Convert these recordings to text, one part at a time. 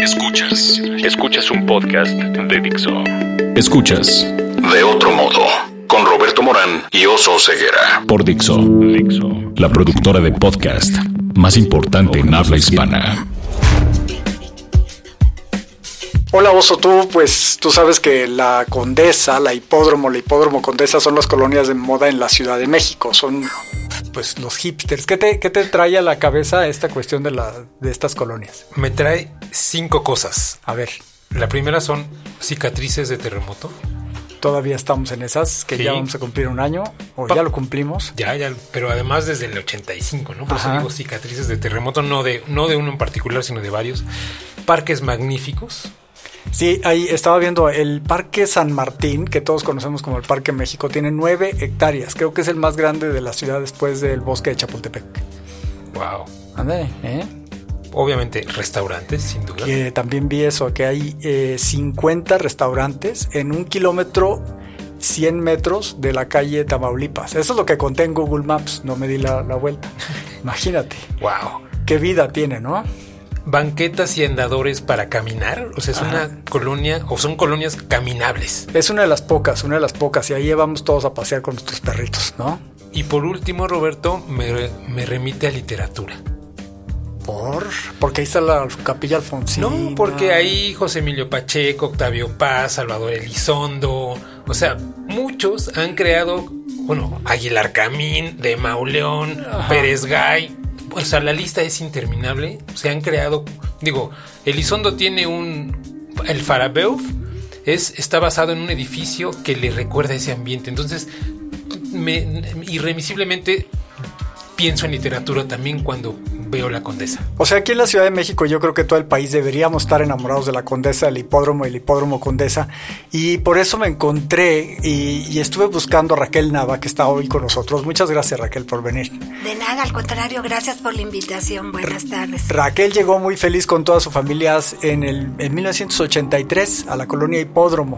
Escuchas un podcast de Dixo. Escuchas De Otro Modo con Roberto Morán y Oso Ceguera por Dixo, la productora de podcast más importante en habla hispana. Hola Oso, tú sabes que la Condesa, la Hipódromo Condesa son las colonias de moda en la Ciudad de México, son pues los hipsters. ¿Qué te trae a la cabeza esta cuestión de estas colonias? Me trae 5 cosas. A ver. La primera son cicatrices de terremoto. Todavía estamos en esas, que sí. Ya vamos a cumplir un año, o ya lo cumplimos. Ya, pero además desde el 85, ¿no? Por eso digo cicatrices de terremoto, no de uno en particular, sino de varios. Parques magníficos. Sí, ahí estaba viendo el Parque San Martín, que todos conocemos como el Parque México, tiene 9 hectáreas. Creo que es el más grande de la ciudad después del bosque de Chapultepec. Wow. Ándale, Obviamente restaurantes, sin duda. Que también vi eso, que hay 50 restaurantes en 1 kilómetro, 100 metros de la calle Tamaulipas. Eso es lo que conté en Google Maps, no me di la vuelta. Imagínate. Wow. Qué vida tiene, ¿no? Banquetas y andadores para caminar, o sea, es una colonia, o son colonias caminables. Es una de las pocas, y ahí vamos todos a pasear con nuestros perritos, ¿no? Y por último, Roberto, me remite a literatura. Porque ahí está la Capilla Alfonsina. No, porque ahí José Emilio Pacheco, Octavio Paz, Salvador Elizondo, o sea, muchos han creado, Aguilar Camín, de Mauleón, Pérez Gay. O sea, la lista es interminable. Se han creado, Elizondo tiene el Farabeuf está basado en un edificio que le recuerda ese ambiente. Entonces, irremisiblemente pienso en literatura también cuando veo la Condesa. O sea, aquí en la Ciudad de México yo creo que todo el país deberíamos estar enamorados de la Condesa, del hipódromo y el Hipódromo Condesa, y por eso me encontré y estuve buscando a Raquel Nava, que está hoy con nosotros. Muchas gracias, Raquel, por venir. De nada, al contrario, gracias por la invitación. Buenas tardes. Raquel llegó muy feliz con toda su familia en 1983 a la colonia Hipódromo.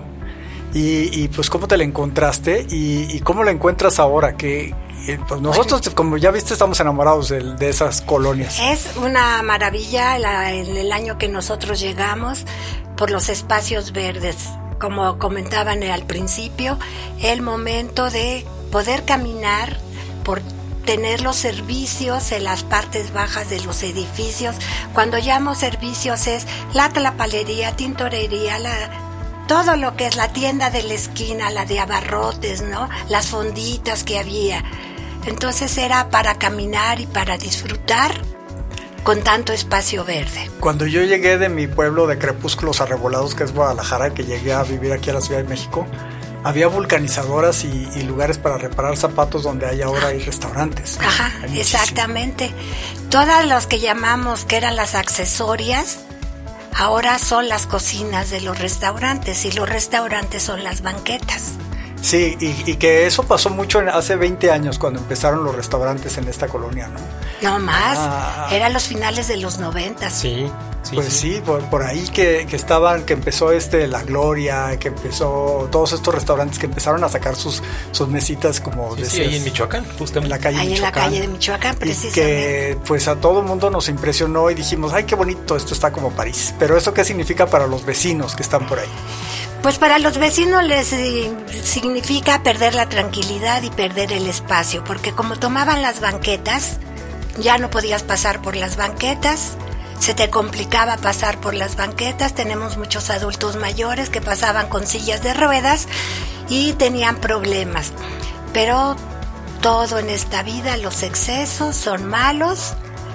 Y pues, ¿cómo te la encontraste? ¿Y cómo la encuentras ahora? Que pues nosotros, como ya viste, estamos enamorados de esas colonias. Es una maravilla el año que nosotros llegamos por los espacios verdes. Como comentaban al principio, el momento de poder caminar por tener los servicios en las partes bajas de los edificios. Cuando llamo servicios es la tlapalería, tintorería, todo lo que es la tienda de la esquina, la de abarrotes, ¿no? Las fonditas que había. Entonces era para caminar y para disfrutar con tanto espacio verde. Cuando yo llegué de mi pueblo de Crepúsculos Arrebolados, que es Guadalajara, que llegué a vivir aquí a la Ciudad de México, había vulcanizadoras y lugares para reparar zapatos donde ahora hay restaurantes. Ajá, exactamente. Todas las que llamamos que eran las accesorias, ahora son las cocinas de los restaurantes, y los restaurantes son las banquetas. Sí, y que eso pasó mucho hace 20 años cuando empezaron los restaurantes en esta colonia, ¿no? No más, eran los finales de los 90. Sí. Pues sí, por ahí que empezó La Gloria, que empezó todos estos restaurantes que empezaron a sacar sus mesitas, como decías. Sí, ahí en Michoacán, justamente. En la calle Michoacán. En la calle de Michoacán, precisamente. Y que pues a todo el mundo nos impresionó y dijimos, ¡ay, qué bonito! Esto está como París. Pero ¿eso qué significa para los vecinos que están por ahí? Pues para los vecinos les significa perder la tranquilidad y perder el espacio, porque como tomaban las banquetas, ya no podías pasar por las banquetas, se te complicaba pasar por las banquetas. Tenemos muchos adultos mayores que pasaban con sillas de ruedas y tenían problemas. Pero todo en esta vida, los excesos son malos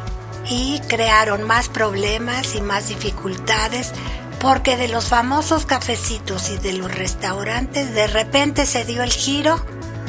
y crearon más problemas y más dificultades, porque de los famosos cafecitos y de los restaurantes de repente se dio el giro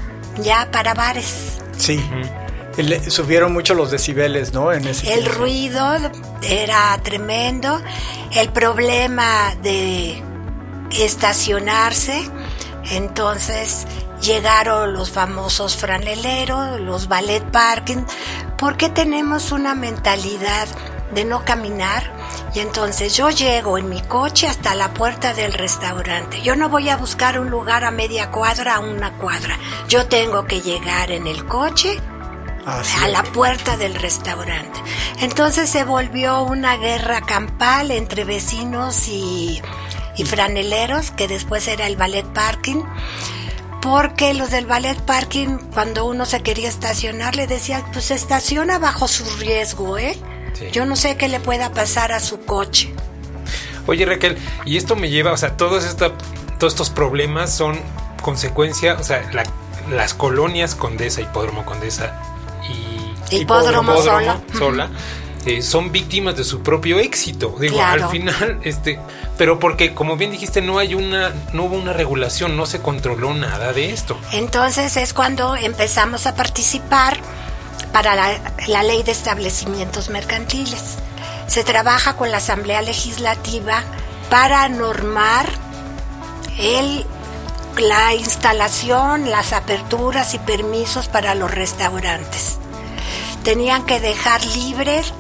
ya para bares. Sí. Subieron mucho los decibeles, ¿no? El ruido era tremendo, el problema de estacionarse. Entonces llegaron los famosos franeleros, los ballet parking, porque tenemos una mentalidad de no caminar. Y entonces yo llego en mi coche hasta la puerta del restaurante. Yo no voy a buscar un lugar a media cuadra, a una cuadra. Yo tengo que llegar en el coche a la puerta del restaurante. Entonces se volvió una guerra campal entre vecinos y franeleros, que después era el ballet parking, porque los del ballet parking, cuando uno se quería estacionar, le decían, pues se estaciona bajo su riesgo, Sí. Yo no sé qué le pueda pasar a su coche. Oye, Raquel, y esto me lleva, o sea, todos estos problemas son consecuencia, o sea, las colonias Condesa, Hipódromo Condesa y Hipódromo Sola, son víctimas de su propio éxito. Digo, claro. Al final, pero porque, como bien dijiste, no hubo una regulación, no se controló nada de esto. Entonces es cuando empezamos a participar para la ley de establecimientos mercantiles. Se trabaja con la Asamblea Legislativa para normar la instalación, las aperturas y permisos para los restaurantes. Tenían que dejar libres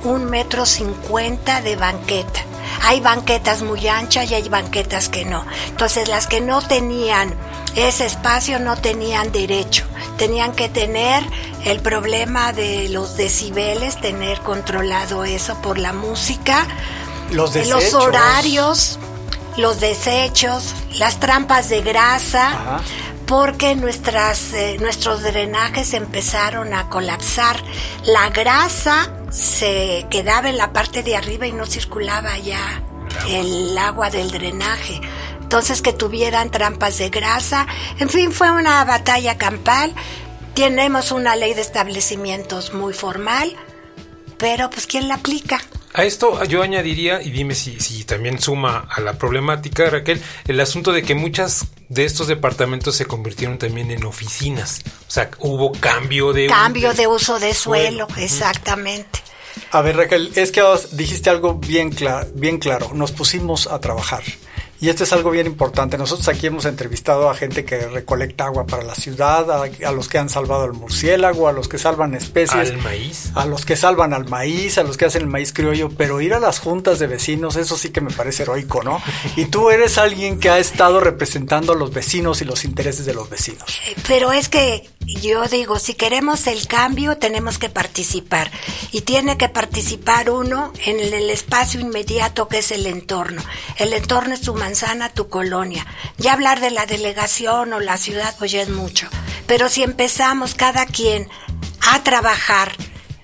1.50 m de banqueta. Hay banquetas muy anchas y hay banquetas que no. Entonces las que no tenían ese espacio no tenían derecho. Tenían que tener el problema de los decibeles, tener controlado eso por la música, los horarios, los desechos, las trampas de grasa. Ajá. Porque nuestros drenajes empezaron a colapsar. La grasa se quedaba en la parte de arriba y no circulaba ya el agua del drenaje. Entonces que tuvieran trampas de grasa. En fin, fue una batalla campal. Tenemos una ley de establecimientos muy formal, pero pues ¿quién la aplica? A esto yo añadiría, y dime si también suma a la problemática, Raquel, el asunto de que muchas de estos departamentos se convirtieron también en oficinas. O sea, hubo cambio de uso de suelo, exactamente. A ver, Raquel, es que dijiste algo bien claro. Nos pusimos a trabajar. Y esto es algo bien importante. Nosotros aquí hemos entrevistado a gente que recolecta agua para la ciudad, a los que han salvado al murciélago, a los que salvan especies. Al maíz. A los que salvan al maíz, a los que hacen el maíz criollo. Pero ir a las juntas de vecinos, eso sí que me parece heroico, ¿no? Y tú eres alguien que ha estado representando a los vecinos y los intereses de los vecinos. Pero es que yo digo, si queremos el cambio, tenemos que participar. Y tiene que participar uno en el espacio inmediato que es el entorno. El entorno es tu manzana, tu colonia. Ya hablar de la delegación o la ciudad, pues ya es mucho. Pero si empezamos cada quien a trabajar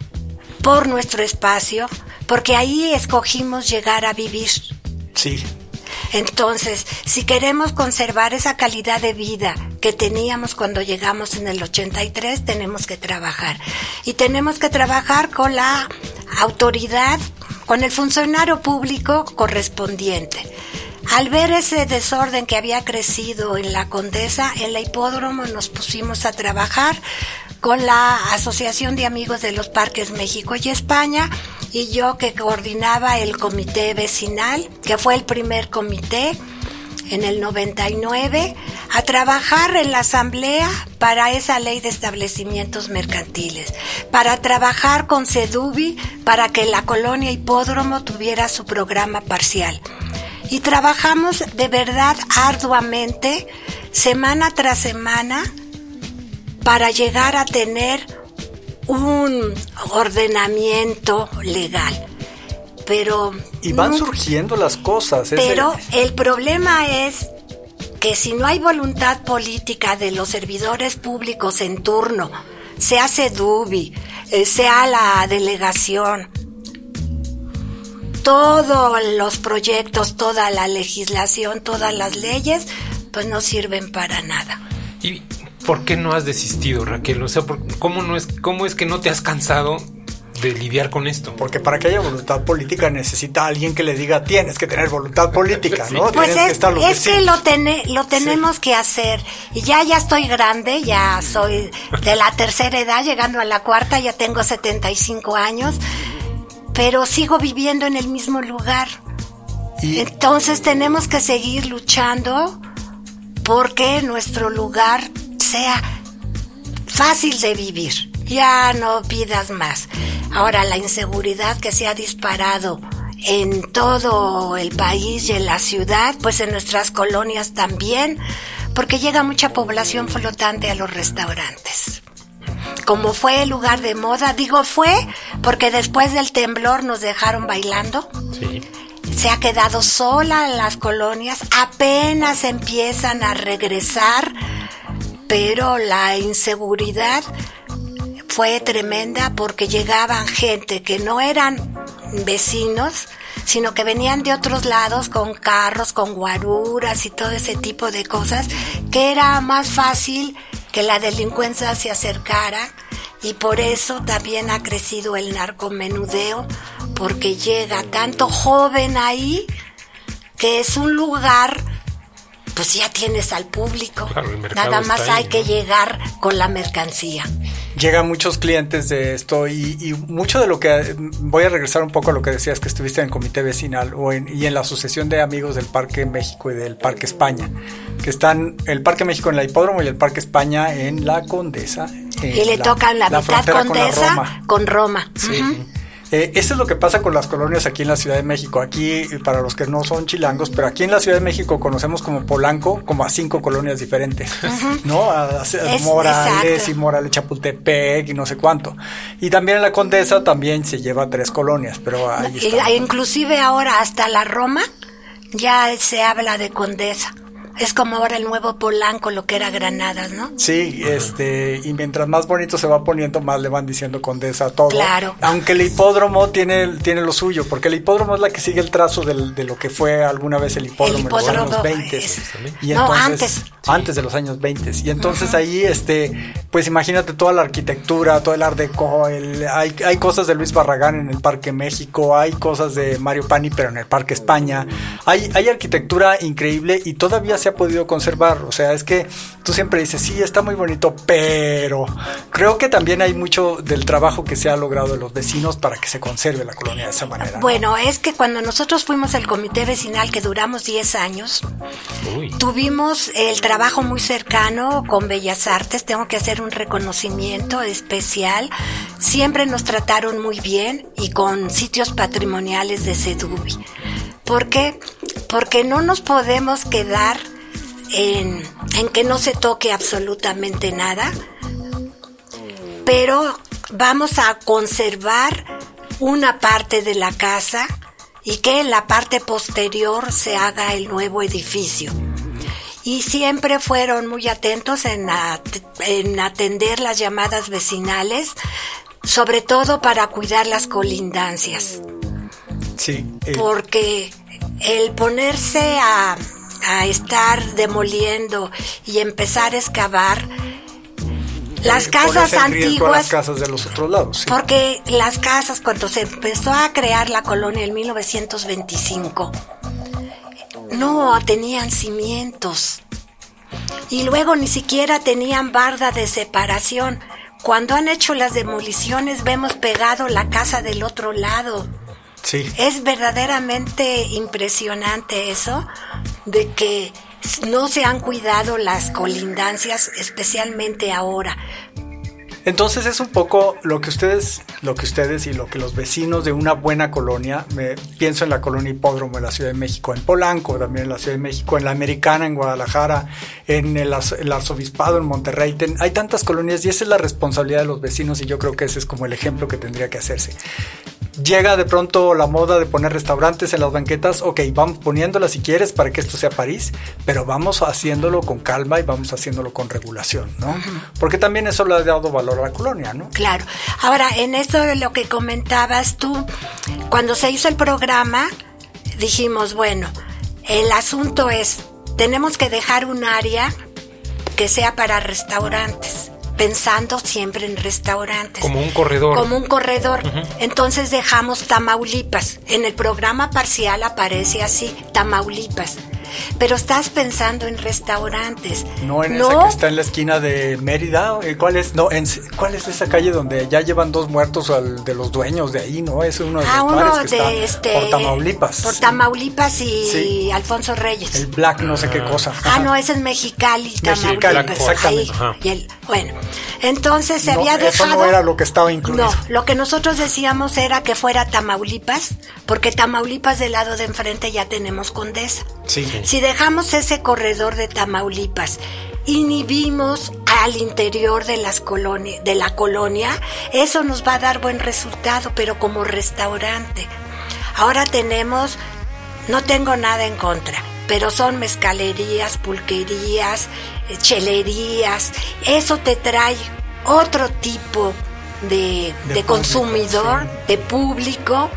por nuestro espacio, porque ahí escogimos llegar a vivir. Sí. Entonces, si queremos conservar esa calidad de vida que teníamos cuando llegamos en el 83, tenemos que trabajar. Y tenemos que trabajar con la autoridad, con el funcionario público correspondiente. Al ver ese desorden que había crecido en la Condesa, en la Hipódromo nos pusimos a trabajar con la Asociación de Amigos de los Parques México y España, y yo que coordinaba el comité vecinal, que fue el primer comité en el 99, a trabajar en la asamblea para esa ley de establecimientos mercantiles, para trabajar con Sedubi para que la colonia Hipódromo tuviera su programa parcial. Y trabajamos de verdad arduamente, semana tras semana, para llegar a tener un ordenamiento legal. Pero y van surgiendo las cosas. Pero el problema es que si no hay voluntad política de los servidores públicos en turno, sea Sedubi, sea la delegación, todos los proyectos, toda la legislación, todas las leyes, pues no sirven para nada. ¿Y por qué no has desistido, Raquel? O sea, ¿cómo es que no te has cansado de lidiar con esto? Porque para que haya voluntad política necesita alguien que le diga, tienes que tener voluntad política, ¿no? Pues que lo tenemos que hacer. Y ya estoy grande, ya soy de la tercera edad, llegando a la cuarta, ya tengo 75 años, pero sigo viviendo en el mismo lugar. Entonces tenemos que seguir luchando porque nuestro lugar sea fácil de vivir. Ya no pidas más. Ahora, la inseguridad que se ha disparado en todo el país y en la ciudad, pues en nuestras colonias también, porque llega mucha población flotante a los restaurantes. como fue el lugar de moda, digo fue porque después del temblor nos dejaron bailando. Sí. Se ha quedado sola en las colonias, apenas empiezan a regresar, pero la inseguridad fue tremenda porque llegaban gente que no eran vecinos, sino que venían de otros lados con carros, con guaruras y todo ese tipo de cosas, que era más fácil que la delincuencia se acercara, y por eso también ha crecido el narcomenudeo, porque llega tanto joven ahí que es un lugar, pues ya tienes al público, claro, el mercado nada más está ahí, hay que llegar con la mercancía. Llegan muchos clientes de esto y mucho de lo que... Voy a regresar un poco a lo que decías, que estuviste en el comité vecinal y en la asociación de amigos del Parque México y del Parque España, que están el Parque México en la Hipódromo y el Parque España en la Condesa. Y le tocan la mitad Condesa con Roma. Sí. Eso es lo que pasa con las colonias aquí en la Ciudad de México. Aquí, para los que no son chilangos, pero aquí en la Ciudad de México conocemos como Polanco como a 5 colonias diferentes, ¿no? Morales exacto. Y Morales Chapultepec y no sé cuánto. Y también en la Condesa también se lleva 3 colonias, pero ahí está. Inclusive ahora hasta la Roma ya se habla de Condesa. Es como ahora el nuevo Polanco, lo que era Granadas, ¿no? Sí, y mientras más bonito se va poniendo, más le van diciendo Condesa a todo. Claro. Aunque el hipódromo tiene lo suyo, porque el hipódromo es la que sigue el trazo de lo que fue alguna vez el hipódromo en los años 20. Y entonces, antes de los años 20. Y entonces ahí, pues imagínate toda la arquitectura, todo el Art Deco, hay cosas de Luis Barragán en el Parque México, hay cosas de Mario Pani, pero en el Parque España. Hay arquitectura increíble y todavía se ha podido conservar. O sea, es que tú siempre dices, sí, está muy bonito, pero creo que también hay mucho del trabajo que se ha logrado de los vecinos para que se conserve la colonia de esa manera, ¿no? Bueno, es que cuando nosotros fuimos al comité vecinal, que duramos 10 años, tuvimos el trabajo muy cercano con Bellas Artes. Tengo que hacer un reconocimiento especial. Siempre nos trataron muy bien, y con sitios patrimoniales de Seduvi. ¿Por qué? Porque no nos podemos quedar en que no se toque absolutamente nada, pero vamos a conservar una parte de la casa y que en la parte posterior se haga el nuevo edificio. Y siempre fueron muy atentos en atender las llamadas vecinales, sobre todo para cuidar las colindancias. Sí. Porque el ponerse a estar demoliendo y empezar a excavar las casas antiguas, las casas de los otros lados, sí. Porque las casas, cuando se empezó a crear la colonia en 1925, no tenían cimientos y luego ni siquiera tenían barda de separación. Cuando han hecho las demoliciones vemos pegado la casa del otro lado. Sí. Es verdaderamente impresionante eso, de que no se han cuidado las colindancias, especialmente ahora. Entonces es un poco lo que ustedes y lo que los vecinos de una buena colonia, pienso en la colonia Hipódromo en la Ciudad de México, en Polanco también en la Ciudad de México, en la Americana en Guadalajara, en el Arzobispado en Monterrey, hay tantas colonias y esa es la responsabilidad de los vecinos, y yo creo que ese es como el ejemplo que tendría que hacerse. Llega de pronto la moda de poner restaurantes en las banquetas. Ok, vamos poniéndolas si quieres para que esto sea París, pero vamos haciéndolo con calma y vamos haciéndolo con regulación, ¿no? Uh-huh. Porque también eso le ha dado valor a la colonia, ¿no? Claro. Ahora, en esto de lo que comentabas tú, cuando se hizo el programa, dijimos, bueno, el asunto es, tenemos que dejar un área que sea para restaurantes, pensando siempre en restaurantes. Como un corredor. Como un corredor. Uh-huh. Entonces dejamos Tamaulipas. En el programa parcial aparece así, Tamaulipas. Pero estás pensando en restaurantes. No en esa que está en la esquina de Mérida. ¿Cuál es? No, ¿cuál es esa calle donde ya llevan 2 muertos de los dueños de ahí, no? Es uno de los bares que está por Tamaulipas. Por Tamaulipas y Alfonso Reyes. El Black no sé qué cosa. Ajá. No, ese es Mexicali, Tamaulipas. Mexicali, exactamente. Bueno, entonces se había dejado... Eso no era lo que estaba incluido. No, lo que nosotros decíamos era que fuera Tamaulipas, porque Tamaulipas del lado de enfrente ya tenemos Condesa. Sí. Si dejamos ese corredor de Tamaulipas inhibimos al interior de la colonia, eso nos va a dar buen resultado, pero como restaurante. Ahora tenemos, no tengo nada en contra, pero son mezcalerías, pulquerías, chelerías, eso te trae otro tipo de consumidor, sí, de público,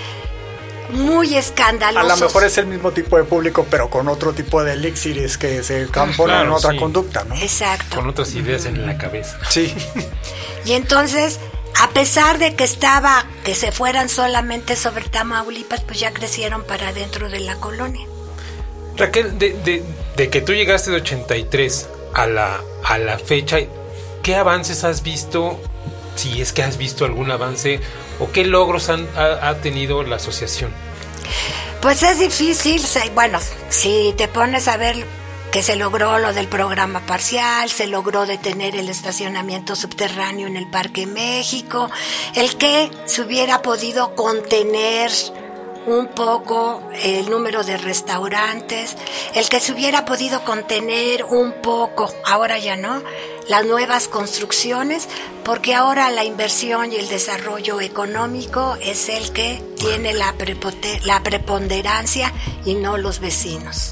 muy escandaloso. A lo mejor es el mismo tipo de público, pero con otro tipo de elixires que se camponen en otra conducta, ¿no? Exacto. Con otras ideas en la cabeza. Sí. Y entonces, a pesar de que se fueran solamente sobre Tamaulipas, pues ya crecieron para dentro de la colonia. Raquel, de que tú llegaste de 83 a la fecha, ¿qué avances has visto? Si es que has visto algún avance, o qué logros ha tenido la asociación. Pues es difícil, bueno, si te pones a ver que se logró lo del programa parcial, se logró detener el estacionamiento subterráneo en el Parque México, el que se hubiera podido contener un poco el número de restaurantes, el que se hubiera podido contener un poco, ahora ya no, las nuevas construcciones, porque ahora la inversión y el desarrollo económico es el que tiene la preponderancia y no los vecinos.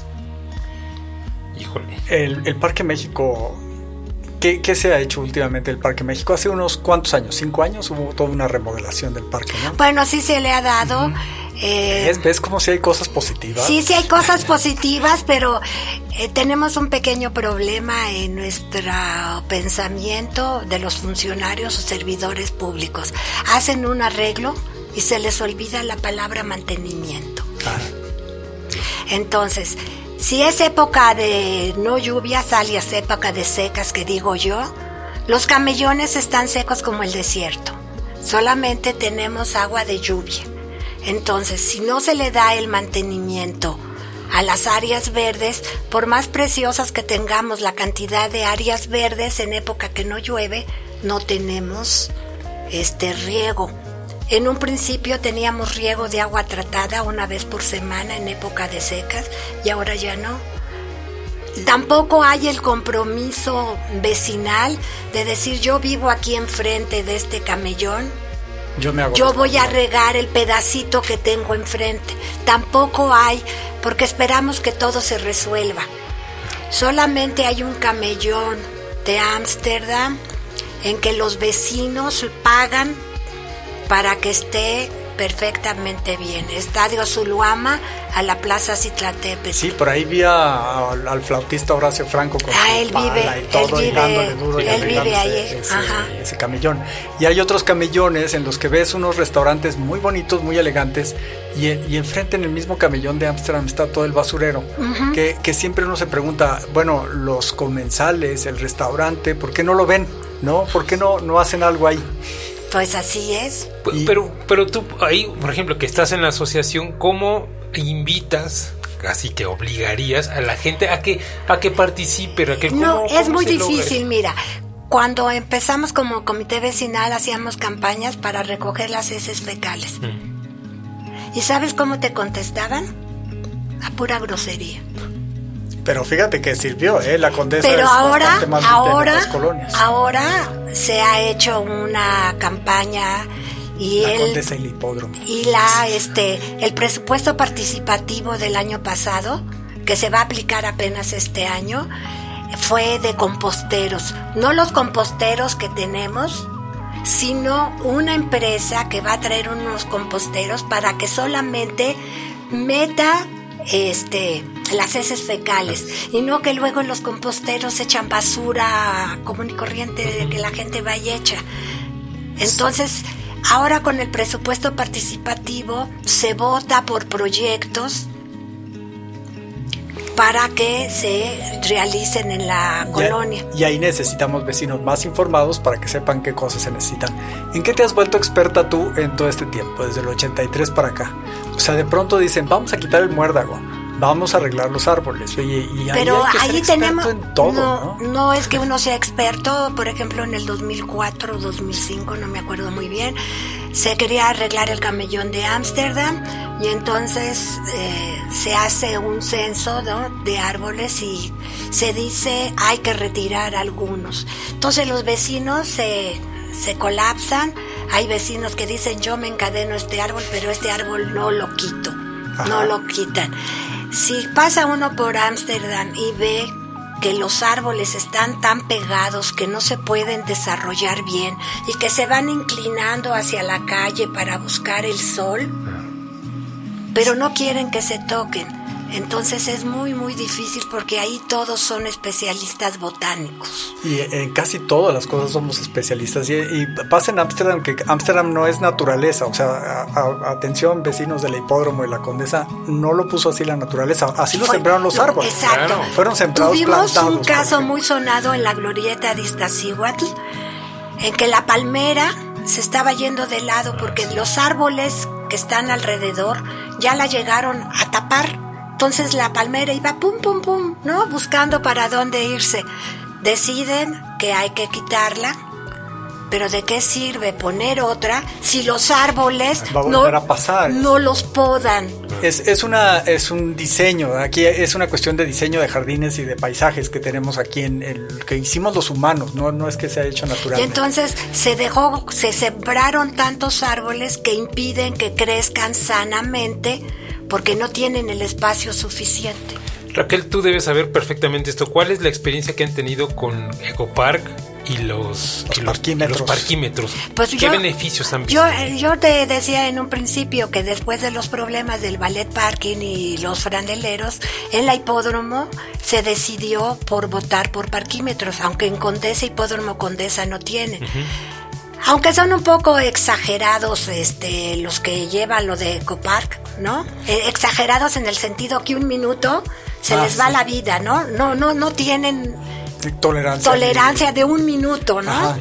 Híjole. El Parque México, ¿qué se ha hecho últimamente el Parque México? Hace unos cuantos años, 5 años, hubo toda una remodelación del parque, ¿no? Bueno, sí se le ha dado. ¿Ves como si hay cosas positivas? Sí hay cosas positivas, pero tenemos un pequeño problema en nuestro pensamiento de los funcionarios o servidores públicos. Hacen un arreglo y se les olvida la palabra mantenimiento. Entonces, si es época de no lluvias, alias época de secas, que digo yo, los camellones están secos como el desierto. Solamente tenemos agua de lluvia. Entonces, si no se le da el mantenimiento a las áreas verdes, por más preciosas que tengamos la cantidad de áreas verdes en época que no llueve, no tenemos riego. En un principio teníamos riego de agua tratada una vez por semana en época de secas y ahora ya no. Tampoco hay el compromiso vecinal de decir yo vivo aquí enfrente de este camellón, yo voy a regar el pedacito que tengo enfrente. Tampoco hay, porque esperamos que todo se resuelva. Solamente hay un camellón de Ámsterdam en que los vecinos pagan para que esté perfectamente bien. Estadio Zuluama a la Plaza Citlaltépetl. Sí, por ahí vi al flautista Horacio Franco con su pala y todo, y dándole duro y arreglándose ese camellón. Y hay otros camellones en los que ves unos restaurantes muy bonitos, muy elegantes, y enfrente en el mismo camellón de Ámsterdam está todo el basurero, que siempre uno se pregunta, bueno, los comensales, el restaurante, ¿por qué no lo ven? ¿No? ¿Por qué no hacen algo ahí? Pues así es. Pero tú ahí, por ejemplo, que estás en la asociación, ¿cómo invitas, casi que obligarías a la gente a que participe? No, es muy difícil, mira. Cuando empezamos como comité vecinal hacíamos campañas para recoger las heces fecales. ¿Y sabes cómo te contestaban? A pura grosería. Pero fíjate que sirvió, la Condesa. Pero es ahora, más en otras colonias. Ahora se ha hecho una campaña y la Condesa y el hipódromo. Y el presupuesto participativo del año pasado, que se va a aplicar apenas este año, fue de composteros. No los composteros que tenemos, sino una empresa que va a traer unos composteros para que solamente meta las heces fecales, y no que luego en los composteros echan basura común y corriente de que la gente va y echa. Entonces, ahora con el presupuesto participativo se vota por proyectos para que se realicen en la colonia. Y ahí necesitamos vecinos más informados para que sepan qué cosas se necesitan. ¿En qué te has vuelto experta tú en todo este tiempo, desde el 83 para acá? O sea, de pronto dicen, vamos a quitar el muérdago, vamos a arreglar los árboles. Y pero hay que ahí ser tenemos en todo, no es que uno sea experto. Por ejemplo, en el 2004 o 2005, no me acuerdo muy bien, se quería arreglar el camellón de Ámsterdam, y entonces se hace un censo, ¿no?, de árboles, y se dice hay que retirar algunos. Entonces los vecinos se colapsan. Hay vecinos que dicen yo me encadeno a este árbol, pero este árbol no lo quito. Ajá. No lo quitan. Si pasa uno por Ámsterdam y ve que los árboles están tan pegados que no se pueden desarrollar bien y que se van inclinando hacia la calle para buscar el sol, pero no quieren que se toquen. Entonces es muy muy difícil porque ahí todos son especialistas botánicos. Y en casi todas las cosas somos especialistas. Y pasa en Ámsterdam que Ámsterdam no es naturaleza. O sea, atención vecinos del Hipódromo y la Condesa, no lo puso así la naturaleza. Así lo sembraron los árboles. Exacto. Claro. Fueron sembrados, plantados. Tuvimos un caso muy sonado en la glorieta de Iztaccíhuatl, en que la palmera se estaba yendo de lado porque los árboles que están alrededor ya la llegaron a tapar. Entonces la palmera iba pum, pum, pum, ¿no? Buscando para dónde irse. Deciden que hay que quitarla, pero ¿de qué sirve poner otra si los árboles va a volver a pasar? No los podan? Es un diseño, aquí es una cuestión de diseño de jardines y de paisajes que tenemos aquí que hicimos los humanos, no es que se ha hecho naturalmente. Y entonces se sembraron tantos árboles que impiden que crezcan sanamente, porque no tienen el espacio suficiente. Raquel, tú debes saber perfectamente esto. ¿Cuál es la experiencia que han tenido con Ecopark y los parquímetros? Pues ¿Qué beneficios han visto? Yo te decía en un principio que después de los problemas del ballet parking y los franeleros, en la Hipódromo se decidió por votar por parquímetros, aunque en Condesa, Hipódromo Condesa no tienen. Aunque son un poco exagerados los que llevan lo de Ecopark, ¿no? Exagerados en el sentido que un minuto se les va la vida, ¿no? No tienen tolerancia de un minuto, ¿no? Ajá.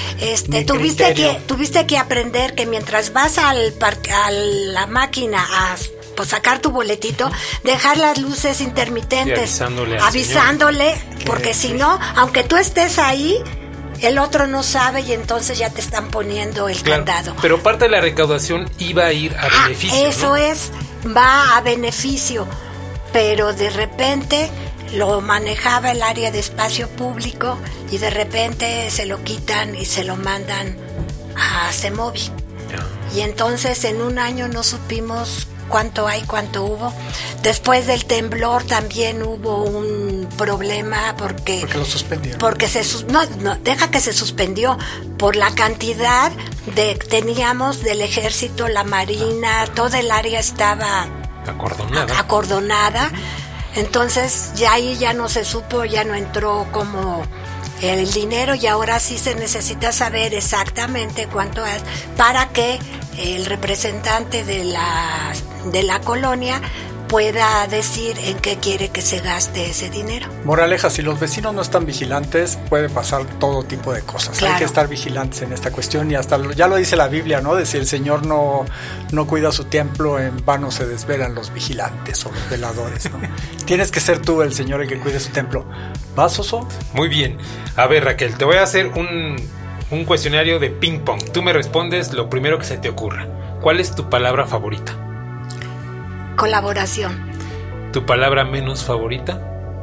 Tuviste que aprender que mientras vas a la máquina a sacar tu boletito, dejar las luces intermitentes, avisándole porque si no, aunque tú estés ahí, el otro no sabe y entonces ya te están poniendo el candado. Pero parte de la recaudación iba a ir a beneficio. Eso, ¿no? Va a beneficio, pero de repente lo manejaba el área de espacio público y de repente se lo quitan y se lo mandan a CEMOVI. Y entonces en un año no supimos cuánto hubo. Después del temblor también hubo un problema porque lo suspendieron. Porque deja que se suspendió por la cantidad teníamos del ejército, la marina, toda el área estaba acordonada. Entonces ya ahí ya no se supo, ya no entró como el dinero y ahora sí se necesita saber exactamente cuánto es para que el representante de la colonia pueda decir en qué quiere que se gaste ese dinero. Moraleja, si los vecinos no están vigilantes, puede pasar todo tipo de cosas. Claro. Hay que estar vigilantes en esta cuestión y hasta ya lo dice la Biblia, ¿no? De si el Señor no cuida su templo, en vano se desvelan los vigilantes o los veladores, ¿no? Tienes que ser tú el Señor el que cuide su templo. ¿Vas, Oso? Muy bien. A ver, Raquel, te voy a hacer un cuestionario de ping pong. Tú me respondes lo primero que se te ocurra. ¿Cuál es tu palabra favorita? Colaboración. ¿Tu palabra menos favorita?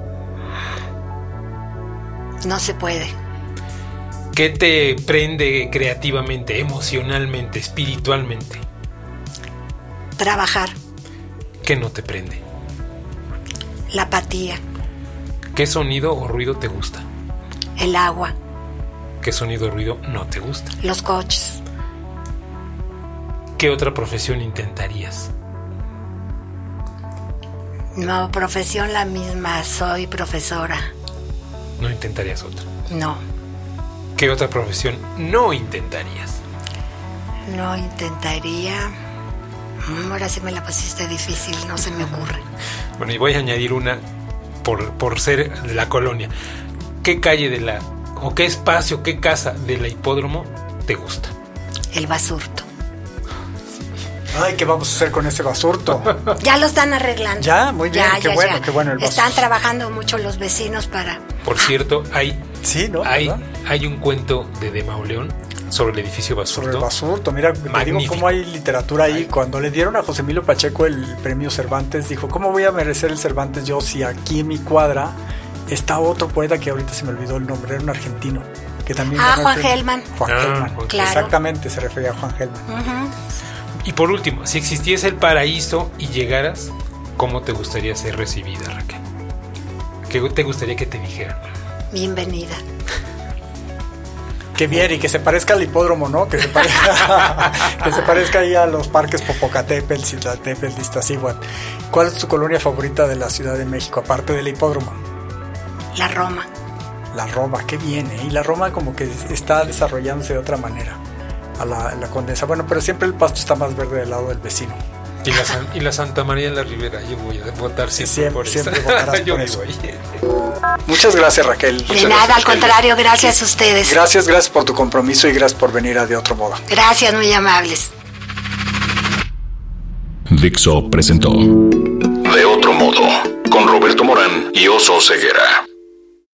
No se puede. ¿Qué te prende creativamente, emocionalmente, espiritualmente? Trabajar. ¿Qué no te prende? La apatía. ¿Qué sonido o ruido te gusta? El agua. ¿Qué sonido o ruido no te gusta? Los coches. ¿Qué otra profesión intentarías? No, profesión la misma, soy profesora. ¿No intentarías otra? No. ¿Qué otra profesión no intentarías? No intentaría... Ahora sí me la pusiste difícil, no se me ocurre. Bueno, y voy a añadir una por ser de la colonia. ¿Qué calle o qué espacio, qué casa de la Hipódromo te gusta? El Basurto. Ay, ¿qué vamos a hacer con ese basurto? Ya lo están arreglando. Ya, muy bien, qué bueno el basurto. Están trabajando mucho los vecinos para... Por cierto, hay un cuento de Mauleón sobre el edificio Basurto. Sobre el Basurto, mira, te digo cómo hay literatura ahí. Cuando le dieron a José Emilio Pacheco el premio Cervantes, dijo, ¿cómo voy a merecer el Cervantes yo si aquí en mi cuadra Está otro poeta que ahorita se me olvidó el nombre, era un argentino, que también... Juan Gelman. Juan Gelman, claro. Exactamente, se refería a Juan Gelman. Uh-huh. Y por último, si existiese el paraíso y llegaras, ¿cómo te gustaría ser recibida, Raquel? ¿Qué te gustaría que te dijeran? Bienvenida. Que bien, y que se parezca al hipódromo, ¿no? Que se parezca ahí a los parques Popocatépetl, Iztapalapa, Iztaccíhuatl. ¿Cuál es tu colonia favorita de la Ciudad de México, aparte del hipódromo? La Roma. La Roma, qué bien, ¿eh? Y la Roma como que está desarrollándose de otra manera a la Condesa. Bueno, pero siempre el pasto está más verde del lado del vecino. Y la Santa María de la Ribera, yo voy a votar siempre por eso. Siempre votarás yo por eso. Ahí. Muchas gracias, Raquel. De nada, al contrario, gracias a ustedes. Gracias por tu compromiso y gracias por venir a De Otro Modo. Gracias, muy amables. Dixo presentó De Otro Modo con Roberto Morán y Oso Ceguera.